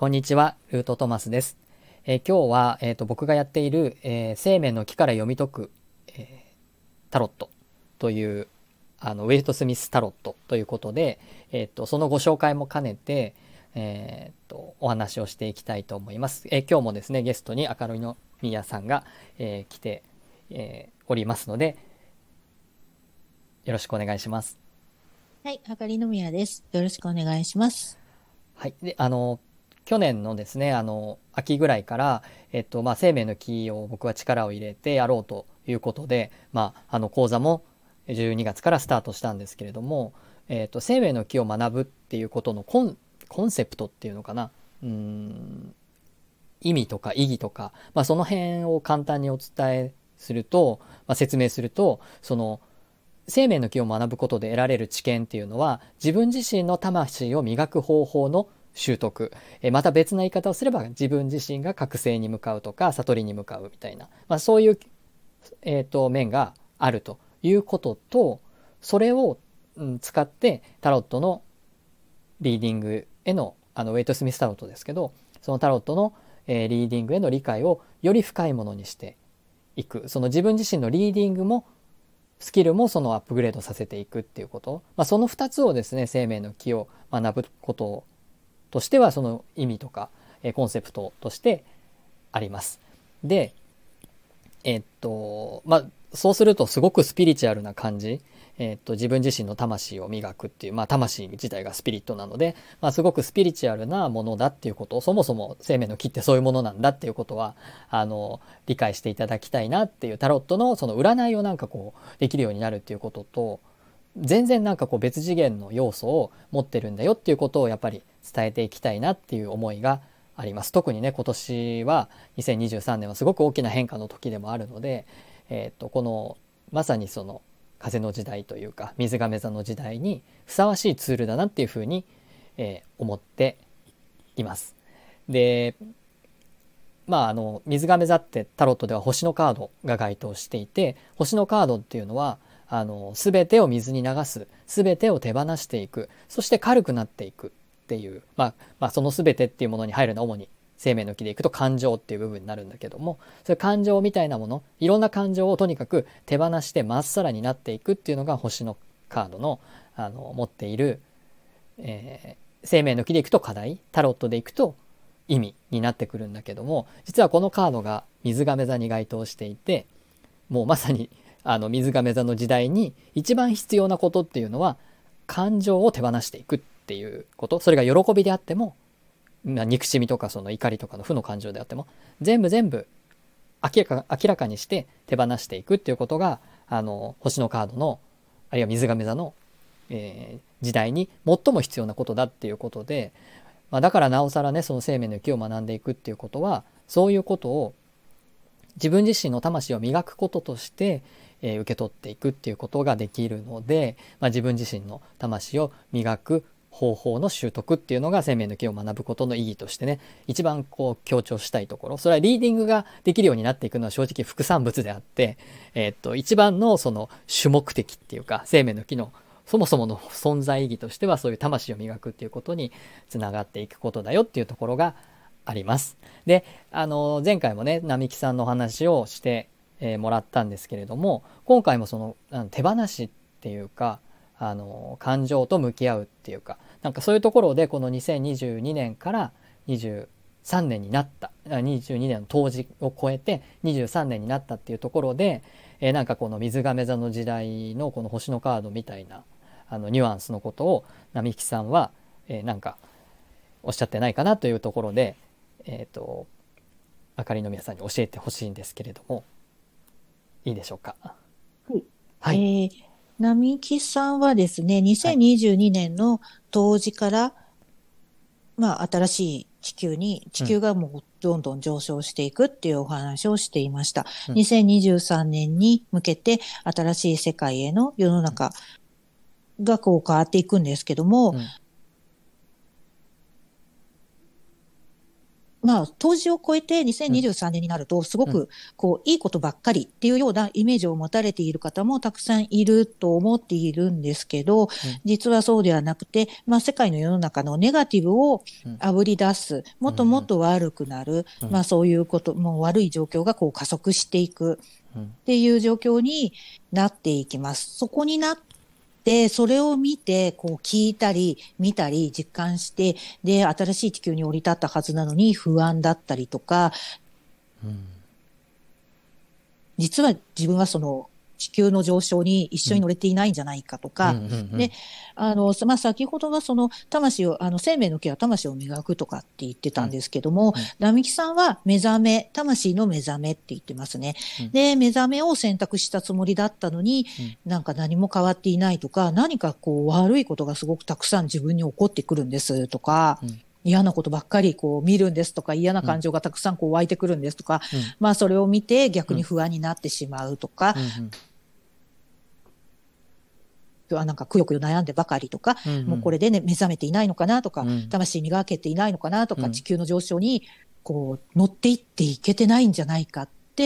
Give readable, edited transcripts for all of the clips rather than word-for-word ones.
こんにちは、ルートトマスです。今日は、僕がやっている、生命の木から読み解く、タロットというウェイト・スミスタロットということで、そのご紹介も兼ねて、お話をしていきたいと思います。今日もですね、ゲストに明るいの宮さんが、来て、おりますので、よろしくお願いします。 はい、あかりのみやです。よろしくお願いします。 はい。で、去年のですね、秋ぐらいから、生命の木を僕は力を入れてやろうということで、講座も12月からスタートしたんですけれども、生命の木を学ぶっていうことのコンセプトっていうのかな、意味とか意義とか、その辺を簡単にお伝えすると、説明すると、その、生命の木を学ぶことで得られる知見っていうのは、自分自身の魂を磨く方法の習得、また別な言い方をすれば自分自身が覚醒に向かうとか悟りに向かうみたいな、そういう、面があるということと、それを、使ってタロットのリーディングへの、ウェイト・スミスタロットですけど、そのタロットの、リーディングへの理解をより深いものにしていく、その自分自身のリーディングもスキルもそのアップグレードさせていくっていうこと、その2つをですね、生命の木を学ぶこととしては、その意味とかコンセプトとしてあります。で、そうするとすごくスピリチュアルな感じ、自分自身の魂を磨くっていう、魂自体がスピリットなので、すごくスピリチュアルなものだっていうことを、そもそも生命の木ってそういうものなんだっていうことは、理解していただきたいなっていう、タロットのその占いをなんかこう、できるようになるっていうことと、全然なんかこう別次元の要素を持ってるんだよっていうことをやっぱり伝えていきたいなっていう思いがあります。特にね、今年は2023年はすごく大きな変化の時でもあるので、このまさにその風の時代というか水亀座の時代にふさわしいツールだなっていうふうに、思っています。で、水亀座ってタロットでは星のカードが該当していて、星のカードっていうのは全てを水に流す、全てを手放していく、そして軽くなっていくっていう、その全てっていうものに入るのは主に生命の木でいくと感情っていう部分になるんだけども、そういう感情みたいなもの、いろんな感情をとにかく手放してまっさらになっていくっていうのが星のカードの持っている、生命の木でいくと課題、タロットでいくと意味になってくるんだけども、実はこのカードが水亀座に該当していて、もうまさに水亀座の時代に一番必要なことっていうのは、感情を手放していくっていうこと。それが喜びであっても、憎しみとかその怒りとかの負の感情であっても、全部明らかにして手放していくっていうことが、星のカードの、あるいは水亀座の、時代に最も必要なことだっていうことで、だからなおさらね、その生命の木を学んでいくっていうことは、そういうことを自分自身の魂を磨くこととして、受け取っていくっていうことができるので、自分自身の魂を磨く方法の習得っていうのが生命の木を学ぶことの意義としてね、一番こう強調したいところ。それはリーディングができるようになっていくのは正直副産物であって、一番のその主目的っていうか、生命の木のそもそもの存在意義としては、そういう魂を磨くっていうことにつながっていくことだよっていうところがあります。で、前回もね、並木さんのお話をして、もらったんですけれども、今回もその手放しっていうか、感情と向き合うっていうか、なんかそういうところでこの2022年から23年になった、22年の冬至を超えて23年になったっていうところで、なんかこの水亀座の時代のこの星のカードみたいなニュアンスのことを並木さんは、なんかおっしゃってないかなというところで、あかりの皆さんに教えてほしいんですけれども、いいでしょうか。 はい。 はい。 並木さんはですね、 はい。 2022年の冬至から、新しい地うん。 球がもうどんどん上昇していくっていうお話をしていました。 うん。 2023年に向けて新しい世界への世の中がこう変わっていくんですけども、 うん。 まあ、当時を超えて2023年になると、すごく、いいことばっかりっていうようなイメージを持たれている方もたくさんいると思っているんですけど、実はそうではなくて、まあ、世界の世の中のネガティブをあぶり出す、もっともっと悪くなる、まあ、そういうこと、もう悪い状況が加速していくっていう状況になっていきます。そこになってで、それを見て、聞いたり、見たり、実感して、で、新しい地球に降り立ったはずなのに不安だったりとか、実は自分はその地球の上昇に一緒に乗れていないんじゃないかとか、で、まあ、先ほどはその魂を、生命の木は魂を磨くとかって言ってたんですけども、並木さんは目覚め、魂の目覚めって言ってますね。で、目覚めを選択したつもりだったのに、なんか何も変わっていないとか、何か悪いことがすごくたくさん自分に起こってくるんですとか、嫌なことばっかり見るんですとか、嫌な感情がたくさん湧いてくるんですとか、まあそれを見て逆に不安になってしまうとか、なんかくよくよ悩んでばかりとか、もうこれでね、目覚めていないのかなとか、魂磨けていないのかなとか、地球の上昇に乗っていっていけてないんじゃないかって、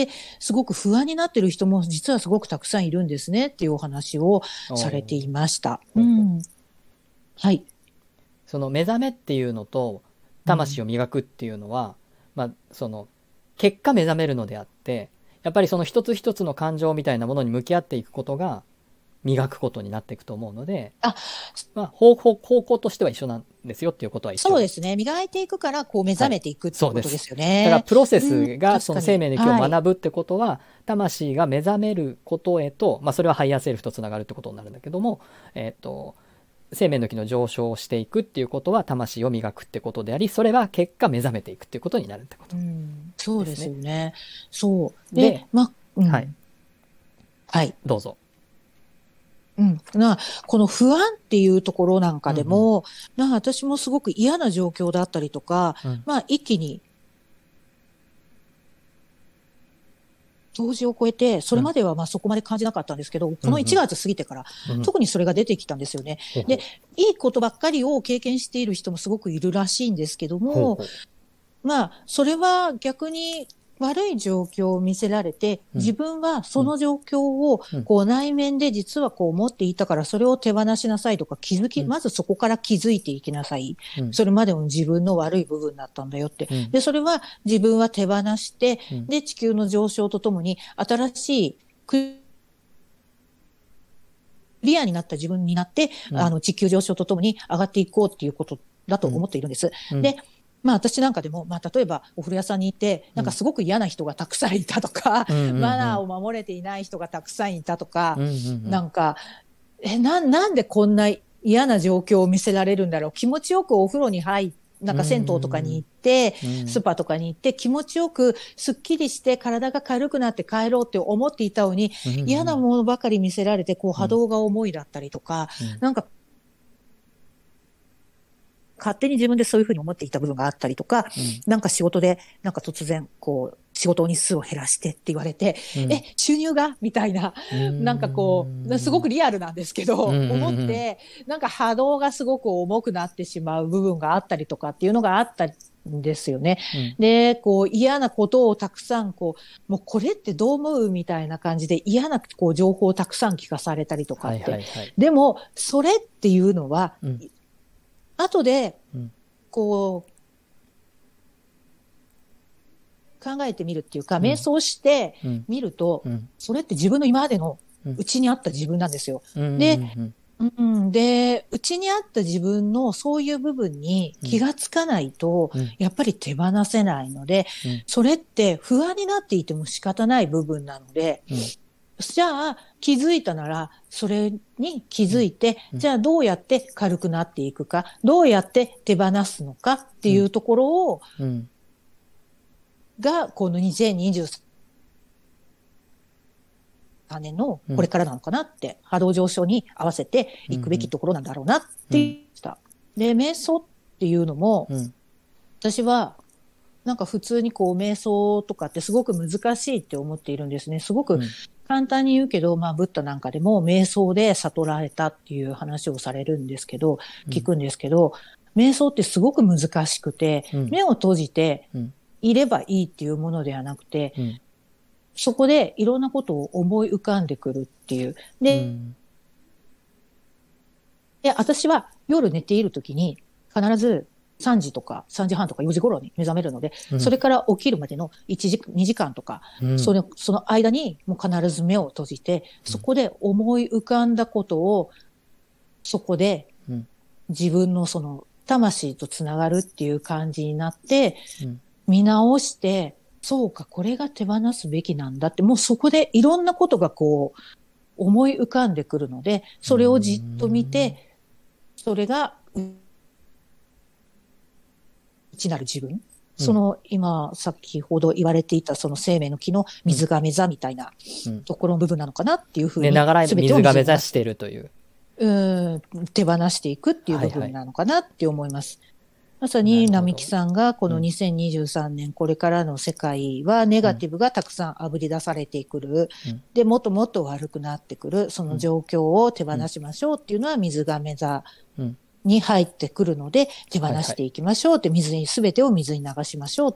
すごく不安になってる人も実はすごくたくさんいるんですねっていうお話をされていました。はい。 その目覚めっていうのと魂を磨くっていうのは、まあその結果目覚めるのであって、やっぱりその一つ一つの感情みたいなものに向き合っていくことが磨くことになっていくと思うので、まあ、方向としては一緒なんですよっていうことは一緒。 そうですね。磨いていくから目覚めていくってことですよね。 だからプロセスがその生命の木を学ぶってことは、魂が目覚めることへと、まあそれはハイヤーセルフとつながるってことになるんだけども、生命の木の上昇をしていくっていうことは魂を磨くってことであり、それは結果目覚めていくっていうことになるってことですね。 そうですよね。そう。で、はい。はい。 どうぞ。 この不安っていうところなんかでも、私もすごく嫌な状況だったりとか、まあ一気に当時を超えて、それまではまあそこまで感じなかったんですけど、この1月過ぎてから、特にそれが出てきたんですよね。で、いいことばっかりを経験している人もすごくいるらしいんですけども、まあ、それは逆に悪い状況を見せられて、自分はその状況を内面で実は思っていたから、それを手放しなさいとかまずそこから気づいていきなさい。それまでの自分の悪い部分だったんだよって。で、それは自分は手放して、で、地球の上昇とともに新しいクリアになった自分になって、地球上昇とともに上がっていこうっていうことだと思っているんです。で、まあ私なんかでも、まあ例えばお風呂屋さんに行って、なんかすごく嫌な人がたくさんいたとか、マナーを守れていない人がたくさんいたとか、なんか、なんでこんな嫌な状況を見せられるんだろう。気持ちよくお風呂に入って、なんか銭湯とかに行って、スーパーとかに行って気持ちよくスッキリして体が軽くなって帰ろうって思っていたのに、嫌なものばかり見せられて波動が重いだったりとか、なんか勝手に自分でそういうふうに思っていた部分があったりとか、なんか仕事でなんか突然仕事日数を減らしてって言われて、収入がみたいな、なんかすごくリアルなんですけど、思って、なんか波動がすごく重くなってしまう部分があったりとかっていうのがあったんですよね。で、嫌なことをたくさんもうこれってどう思うみたいな感じで嫌な情報をたくさん聞かされたりとかって。でも、それっていうのは、後で、考えてみるっていうか、瞑想してみると、それって自分の今までの内にあった自分なんですよ。で、内にあった自分のそういう部分に気がつかないと、やっぱり手放せないので、それって不安になっていても仕方ない部分なので、じゃあ気づいたならそれに気づいて、じゃあどうやって軽くなっていくか、どうやって手放すのかっていうところを、がこの2023年のこれからなのかなって、波動上昇に合わせていくべきところなんだろうなって言った。で、瞑想っていうのも、私はなんか普通に瞑想とかってすごく難しいって思っているんですね。すごく簡単に言うけど、ブッダなんかでも瞑想で悟られたっていう話をされるんですけど、聞くんですけど、瞑想ってすごく難しくて、目を閉じていればいいっていうものではなくて、そこでいろんなことを思い浮かんでくるっていう。で、私は夜寝ている時に必ず3時とか3時半とか4時頃に目覚めるので、それから起きるまでの2時間とか、その間にもう必ず目を閉じて、そこで思い浮かんだことを、そこで自分のその魂とつながるっていう感じになって、見直して、そうか、これが手放すべきなんだって、もうそこでいろんなことがこう思い浮かんでくるので、それをじっと見て、それが内なる自分、その今先ほど言われていたその生命の木の水亀座みたいなところの部分なのかなっていうふうに、 寝ながら水が目指しているという、 手放していくっていう部分なのかなって思います。まさに並木さんがこの2023年これからの世界はネガティブがたくさんあぶり出されてくる、でもっともっと悪くなってくる、その状況を手放しましょうっていうのは水亀座に入ってくるので、手放していきましょうって、全てを水に流しましょう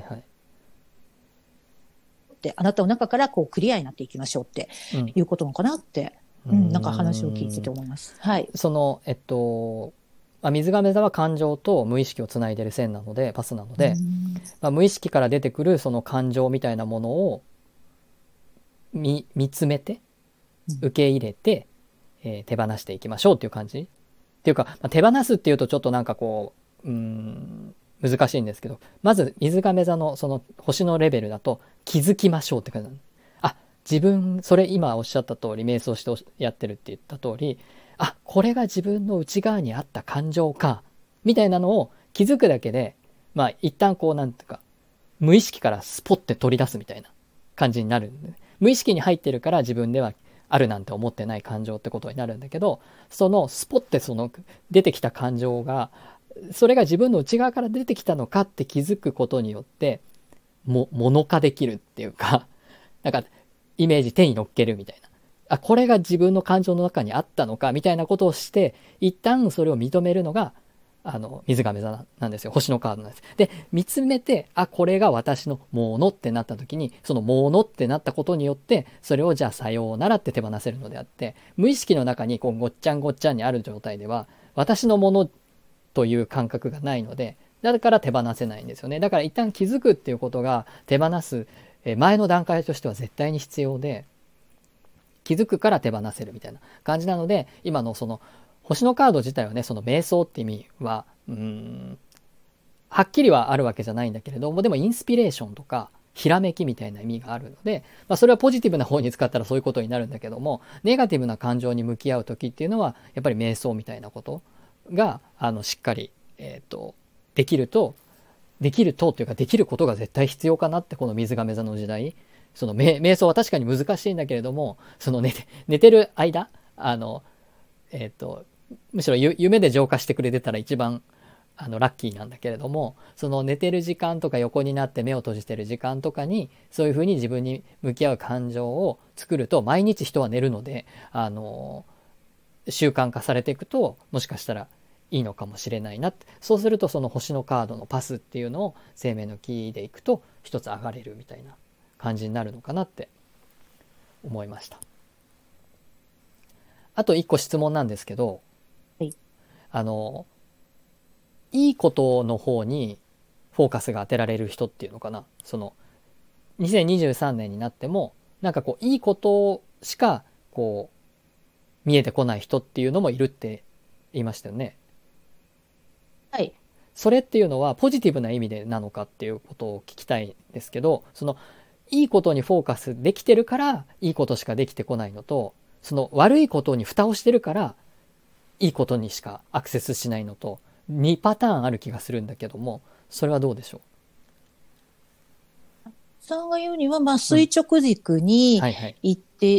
って、あなたの中からこうクリアになっていきましょうっていうことなのかなって、なんか話を聞いてて思います。はい。 その水亀座は感情と無意識をつないでる線なので、パスなので、無意識から出てくるその感情みたいなものを見つめて受け入れて、手放していきましょうっていう感じっていうか、手放すっていうとちょっとなんかこう難しいんですけど、まず水亀座のその星のレベルだと気づきましょうって感じなんです。自分、それ今おっしゃった通り、瞑想してやってるって言った通り、これが自分の内側にあった感情かみたいなのを気づくだけで、一旦こうなんていうか無意識からスポッて取り出すみたいな感じになるんで、無意識に入ってるから自分ではあるなんて思ってない感情ってことになるんだけど、そのスポッてその出てきた感情が、それが自分の内側から出てきたのかって気づくことによって物化できるっていうか、なんかイメージ手に乗っけるみたいな、これが自分の感情の中にあったのかみたいなことをして、一旦それを認めるのが水亀座なんですよ。星のカードなんです。で、見つめて、これが私のものってなった時に、そのものってなったことによって、それをじゃあさようならって手放せるのであって、無意識の中にこうごっちゃんごっちゃんにある状態では、私のものという感覚がないので、だから手放せないんですよね。だから一旦気づくっていうことが手放す前の段階としては絶対に必要で、気づくから手放せるみたいな感じなので、今のその星のカード自体はね、その瞑想って意味ははっきりはあるわけじゃないんだけれども、でもインスピレーションとかひらめきみたいな意味があるので、それはポジティブな方に使ったらそういうことになるんだけども、ネガティブな感情に向き合う時っていうのはやっぱり瞑想みたいなことがしっかり、できるとっていうか、できることが絶対必要かなって、この水亀座の時代、その瞑想は確かに難しいんだけれども、その寝てる間、むしろ夢で浄化してくれてたら一番ラッキーなんだけれども、その寝てる時間とか横になって目を閉じてる時間とかにそういうふうに自分に向き合う感情を作ると、毎日人は寝るので習慣化されていくと、もしかしたらいいのかもしれないなって。そうするとその星のカードのパスっていうのを生命の木でいくと一つ上がれるみたいな感じになるのかなって思いました。あと一個質問なんですけど、 はい、 いいことの方にフォーカスが当てられる人っていうのかな、その2023年になってもなんかこういいことしかこう見えてこない人っていうのもいるって言いましたよね。 はい。 それっていうのはポジティブな意味でなのかっていうことを聞きたいんですけど、そのいいことにフォーカスできてるからいいことしかできてこないのと、その悪いことに蓋をしてるからいいことにしかアクセスしないのと、2パターンある気がするんだけども、それはどうでしょう。さんが言うには、垂直軸に行って、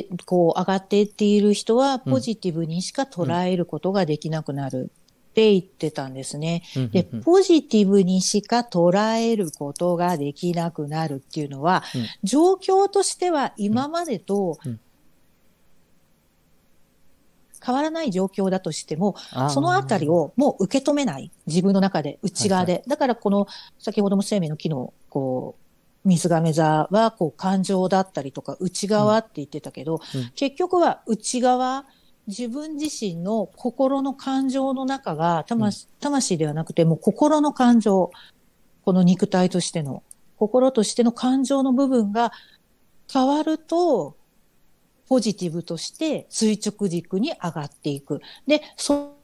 こう上がっていっている人はポジティブにしか捉えることができなくなるって言ってたんですね。で、ポジティブにしか捉えることができなくなるっていうのは、状況としては今までと変わらない状況だとしても、 あーそのあたりをもう受け止めない。自分の中で、内側で。 はいだからこの、先ほども生命の機能、こう、水亀座は、こう、感情だったりとか、内側って言ってたけど、 うん結局は内側、自分自身の心の感情の中が、魂ではなくて、もう心の感情、この肉体としての、心としての感情の部分が変わると、ポジティブとして垂直軸に上がっていく。で、そ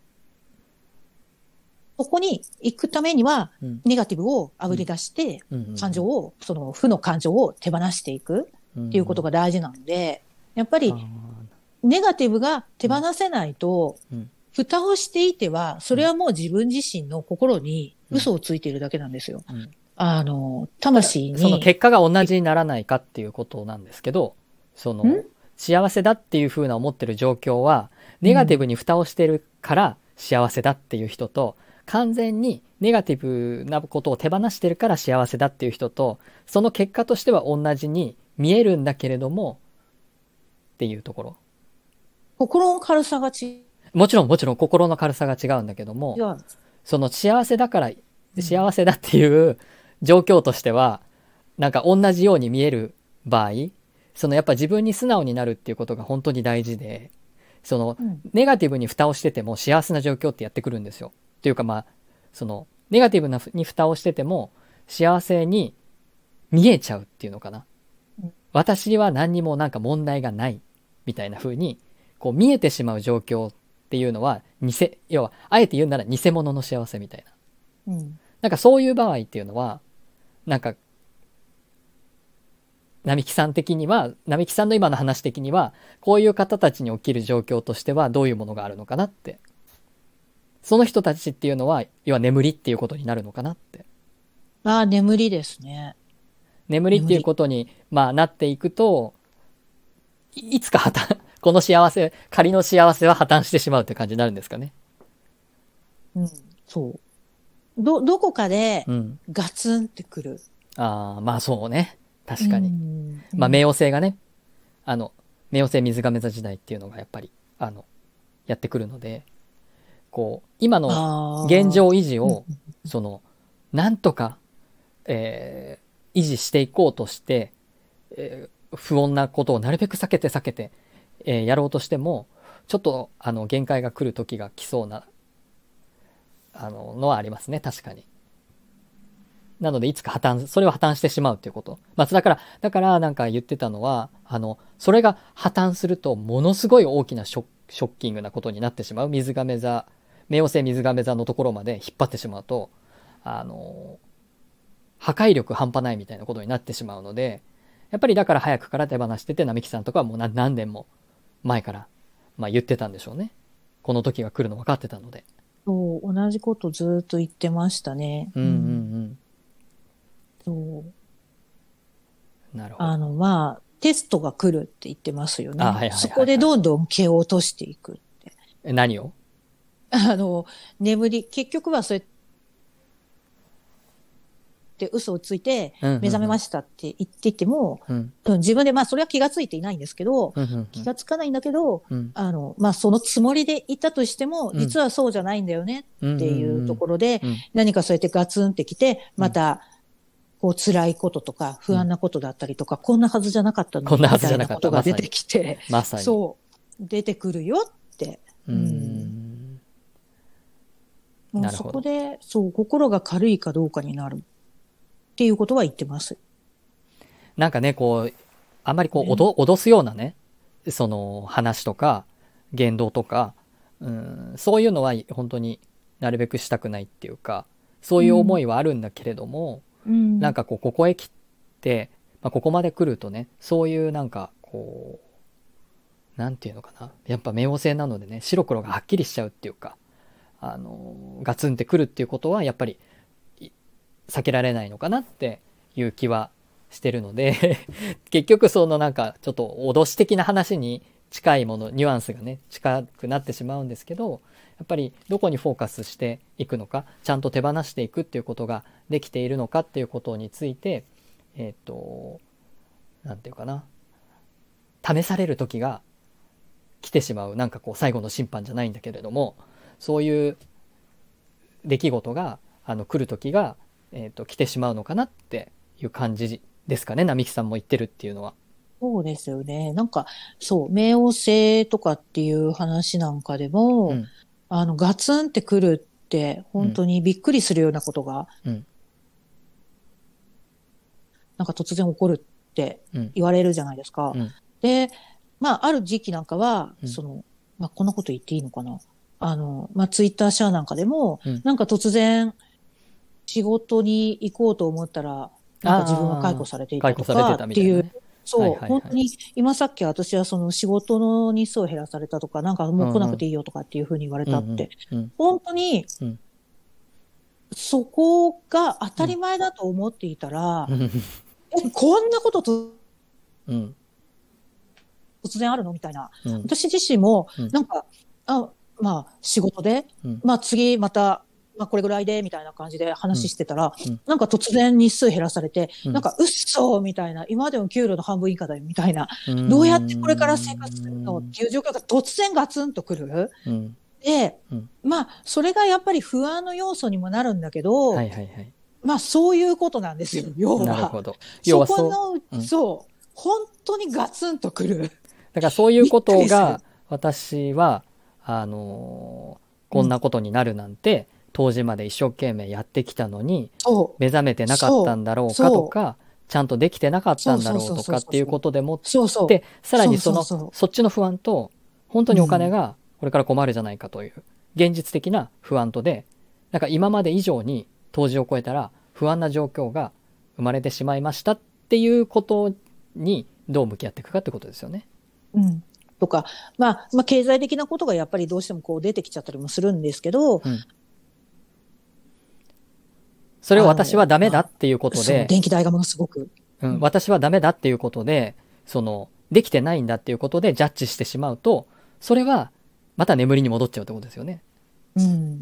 こに行くためには、 うんネガティブをあぶり出して、感情を、その負の感情を手放していくっていうことが大事なので、やっぱり、ネガティブが手放せないと、蓋をしていては、それはもう自分自身の心に嘘をついているだけなんですよ。魂に。 その結果が同じにならないかっていうことなんですけど、その、幸せだっていう風な思ってる状況は、ネガティブに蓋をしてるから幸せだっていう人と、完全にネガティブなことを手放してるから幸せだっていう人と、その結果としては同じに見えるんだけれども、っていうところ。 心の軽さがもちろん心の軽さが違うんだけども、その幸せだから幸せだっていう状況としては、なんか同じように見える場合、そのやっぱ自分に素直になるっていうことが本当に大事で、そのネガティブに蓋をしてても幸せな状況ってやってくるんですよ。っていうかまあ、そのネガティブに蓋をしてても幸せに見えちゃうっていうのかな。私は何にもなんか問題がないみたいな風にこう見えてしまう状況っていうのは要はあえて言うなら偽物の幸せみたいな。なんかそういう場合っていうのはなんか並木さん的には、並木さんの今の話的には、こういう方たちに起きる状況としてはどういうものがあるのかなって。その人たちっていうのは、要は眠りっていうことになるのかなって。 眠りですね。 眠りっていうことに、まあ、なっていくと、いつかこの仮の幸せは破綻してしまうって感じになるんですかね。 そう。どこかで、ガツンってくる。 まあそうね。確かに。まあ、冥王星がね、冥王星水亀座時代っていうのがやっぱり、やってくるので、こう、今の現状維持を、その、なんとか、維持していこうとして、不穏なことをなるべく避けて、やろうとしても、ちょっと、限界が来る時が来そうな、のはありますね、確かに。なので、いつかそれを破綻してしまうっていうこと。まあ、だからなんか言ってたのは、それが破綻すると、ものすごい大きなショッキングなことになってしまう。冥王星水亀座のところまで引っ張ってしまうと、破壊力半端ないみたいなことになってしまうので、やっぱりだから早くから手放してて、並木さんとかはもう何年も前から、まあ言ってたんでしょうね。この時が来るの分かってたので。 そう、同じことずっと言ってましたね。そう。なるほど。まあ、テストが来るって言ってますよね。そこでどんどん毛を落としていくって。 何を？ 眠り、結局はそうやって嘘をついて目覚めましたって言っていても、自分でまあそれは気がついていないんですけど、気がつかないんだけど、まあそのつもりでいたとしても、実はそうじゃないんだよねっていうところで、何かそうやってガツンってきて、また、こう辛いこととか不安なことだったりとか、こんなはずじゃなかったのみたいなことが出てきて、 まさにそう、出てくるよって。もうそこで、そう、心が軽いかどうかになるっていうことは言ってます。 なんかね、こう、あんまりこう、脅すようなね、その話とか、言動とか、そういうのは本当になるべくしたくないっていうか、そういう思いはあるんだけれども、なんかここへ来て、まあ、ここまで来るとね、そういうなんかこう、なんていうのかな。やっぱ冥王星なのでね、白黒がはっきりしちゃうっていうか、ガツンってくるっていうことはやっぱり避けられないのかなっていう気はしてるので結局そのなんかちょっと脅し的な話に近いもの、ニュアンスがね、近くなってしまうんですけど、やっぱりどこにフォーカスしていくのか、ちゃんと手放していくっていうことができているのかっていうことについて、なんていうかな、試される時が来てしまう、なんかこう最後の審判じゃないんだけれども、そういう出来事が来る時が、来てしまうのかなっていう感じですかね。並木さんも言ってるっていうのは。 そうですよね。なんか、そう、冥王星とかっていう話なんかでも、 うん。 ガツンってくるって、 うん。 本当にびっくりするようなことが、 うん。 なんか突然起こるってうん。 言われるじゃないですか。 うん。 で、まあ、ある時期なんかは、 うん。 まあ、こんなこと言っていいのかな。まあ、ツイッター社なんかでも、 うん。 なんか突然仕事に行こうと思ったら、なんか自分は解雇ああ、 されていたと解雇されてかっていう、 たみたいなね。はいそう、 はいはい。 本当に今さっき私はその仕事の日数を減らされたとか、なんかもう来なくうんうん。 ていいよとかっていうふうに言われうんうんたって、 うん。 本当にうん。 そこが当うん。 たり前だと思っていたら、 うん。 こんなことうん。 突然あるのみたいな。 うん。 私自身も、 うん。 なんか、まあ、仕事で、 うん。 まあ、次また、まあ、これぐらいで、みたいな感じでうん。 話してたら、 うん。 なんか突然日数減らされて、 うん。 なんか、うっそみたいな、今までの給料の半分以下だよ、みたいな。 うーどうやってこれから生活するのっん。 ていう状況が突然ガツンとくる。 うん。 で、 うん。 まあ、それがやっぱり不安の要素にもなるんだけど、 はいはいはい。 まあ、そういうことなんですよ、要は。 なるほど。要そはそこの、 う。うん。 そう、本当にガツンとくる。 だからそういうびっこくりする。 とが私はこんうん。 なことになるなんて当時まで一生懸命やってきたのにそう、 目覚めてなかったんそう、 だろうかとそう、 か、ちゃんとできてなかったんだろうそうそうそうとかっていうそうそうそう、 ことでもっそうそて、 う、 さらそうにそそっちの不安と本当う、 にお金うん、 がこれから困るじゃないかという現実的な不安とで、なんか今まで以上に当時を超えたら不安な状況が生まれてしまいましたっていうことにどう向き合っていくかってことですよね。 うん。とか、まあ、経済的なことがやっぱりどうしてもこう出てきちゃったりもするんですけど、 うん。それを私はダメだまっていうこあ、そう、 とで、 電気代がものすごく、 うん、 うん、 私はダメだっていうことで、できてないんだっていうことでジャッジしてしまうと、それはまた眠りに戻っちゃうってことですよね。 うん、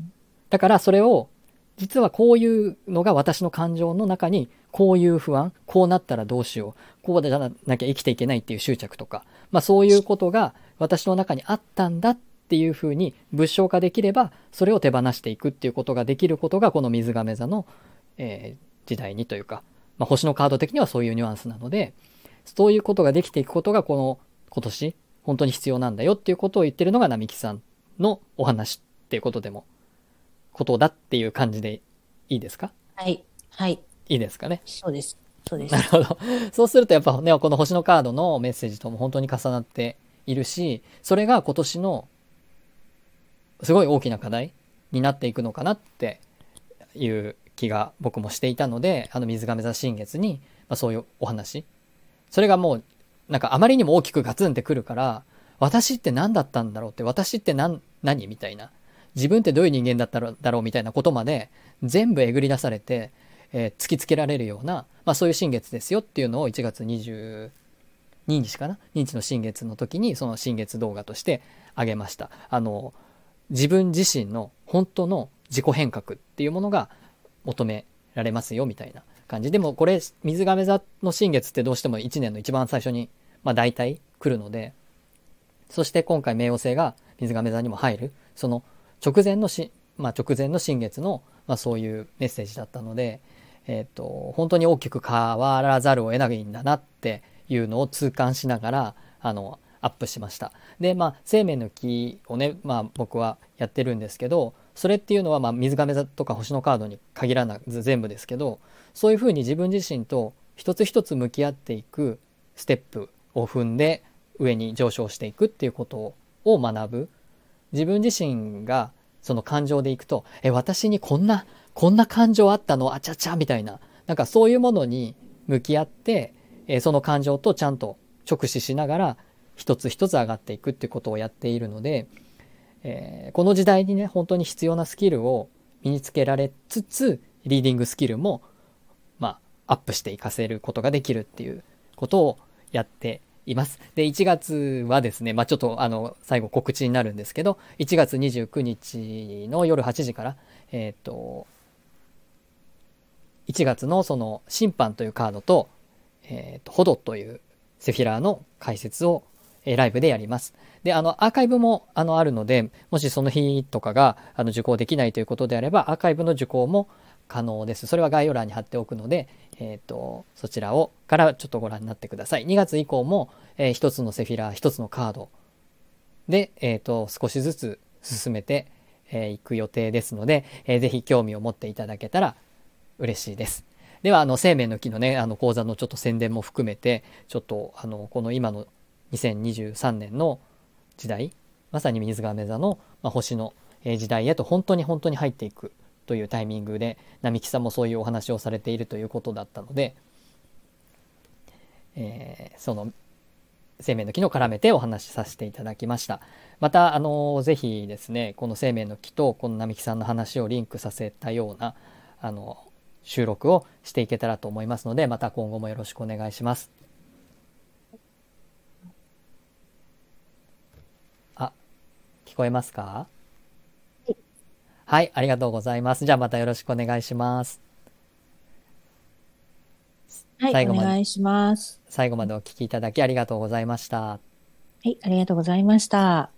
だからそれを、実はこういうのが私の感情の中に、こういう不安、こうなったらどうしよう、こうじゃなきゃ生きていけないっていう執着とか、まあそういうことが私の中にあったんだっていうふうに物証化できれば、それを手放していくっていうことができることが、この水亀座の、時代にというか、まあ星のカード的にはそういうニュアンスなので、そういうことができていくことが今年、本当に必要なんだよっていうことを言ってるのが並木さんのお話っていうことでもことだっていう感じでいいですか？ はい、はい、 いいですかね？ そうです、そうです。 なるほど。そうするとやっぱね、この星のカードのメッセージとも本当に重なっているし、それが今年のすごい大きな課題になっていくのかなっていう気が僕もしていたので、水亀座新月に、まあ、そういうお話。それがもう、なんかあまりにも大きくガツンってくるから、私って何だったんだろうって、私って何みたいな。自分ってどういう人間だろうみたいなことまで全部えぐり出されて、突きつけられるような、まあそういう新月ですよっていうのを1月22日かな、認知の新月の時にその新月動画としてあげました。自分自身の本当の自己変革っていうものが求められますよみたいな感じでも、これ水亀座の新月ってどうしても1年の一番最初にまあ大体来るので、そして今回冥王星が水亀座にも入るその直前の直前の新月の、まあ、そういうメッセージだったので、本当に大きく変わらざるを得ないんだなっていうのを痛感しながらアップしました。で、まあ生命の木をね、まあ僕はやってるんですけど、それっていうのはまあ水亀座とか星のカードに限らず全部ですけど、そういうふうに自分自身と一つ一つ向き合っていくステップを踏んで上に上昇していくっていうことを学ぶ。自分自身がその感情でいくと、私にこんな感情あったのあちゃちゃみたいな、なんかそういうものに向き合って、その感情とちゃんと直視しながら一つ一つ上がっていくっていうことをやっているので、この時代にね、本当に必要なスキルを身につけられつつ、リーディングスキルも、まあ、アップしていかせることができるっていうことをやっています。で、1月はですね、まあ、ちょっと最後告知になるんですけど、1月29日の夜8時から、1月のその審判というカードと、ホドというセフィラーの解説を、 ライブでやります。で、アーカイブも、あるので、もしその日とかが、受講できないということであれば、アーカイブの受講も可能です。それは概要欄に貼っておくので、そちらからちょっとご覧になってください。2月以降も、一つのセフィラ、一つのカードで、少しずつ進めていく予定ですので、ぜひ興味を持っていただけたら嬉しいです。では、生命の木のね、講座のちょっと宣伝も含めて、ちょっと、この今の2023年の時代、まさに水亀座の、星の時代へと本当に本当に入っていくというタイミングで、並木さんもそういうお話をされているということだったので、その生命の木の絡めてお話しさせていただきました。また、ぜひですね、この生命の木とこの並木さんの話をリンクさせたような、収録をしていけたらと思いますので、また今後もよろしくお願いします。あ、聞こえますか？はい、ありがとうございます。じゃあまたよろしくお願いします。 はい、 最後まで、 お願いします。 最後までお聞きいただきありがとうございました。 はい、ありがとうございました。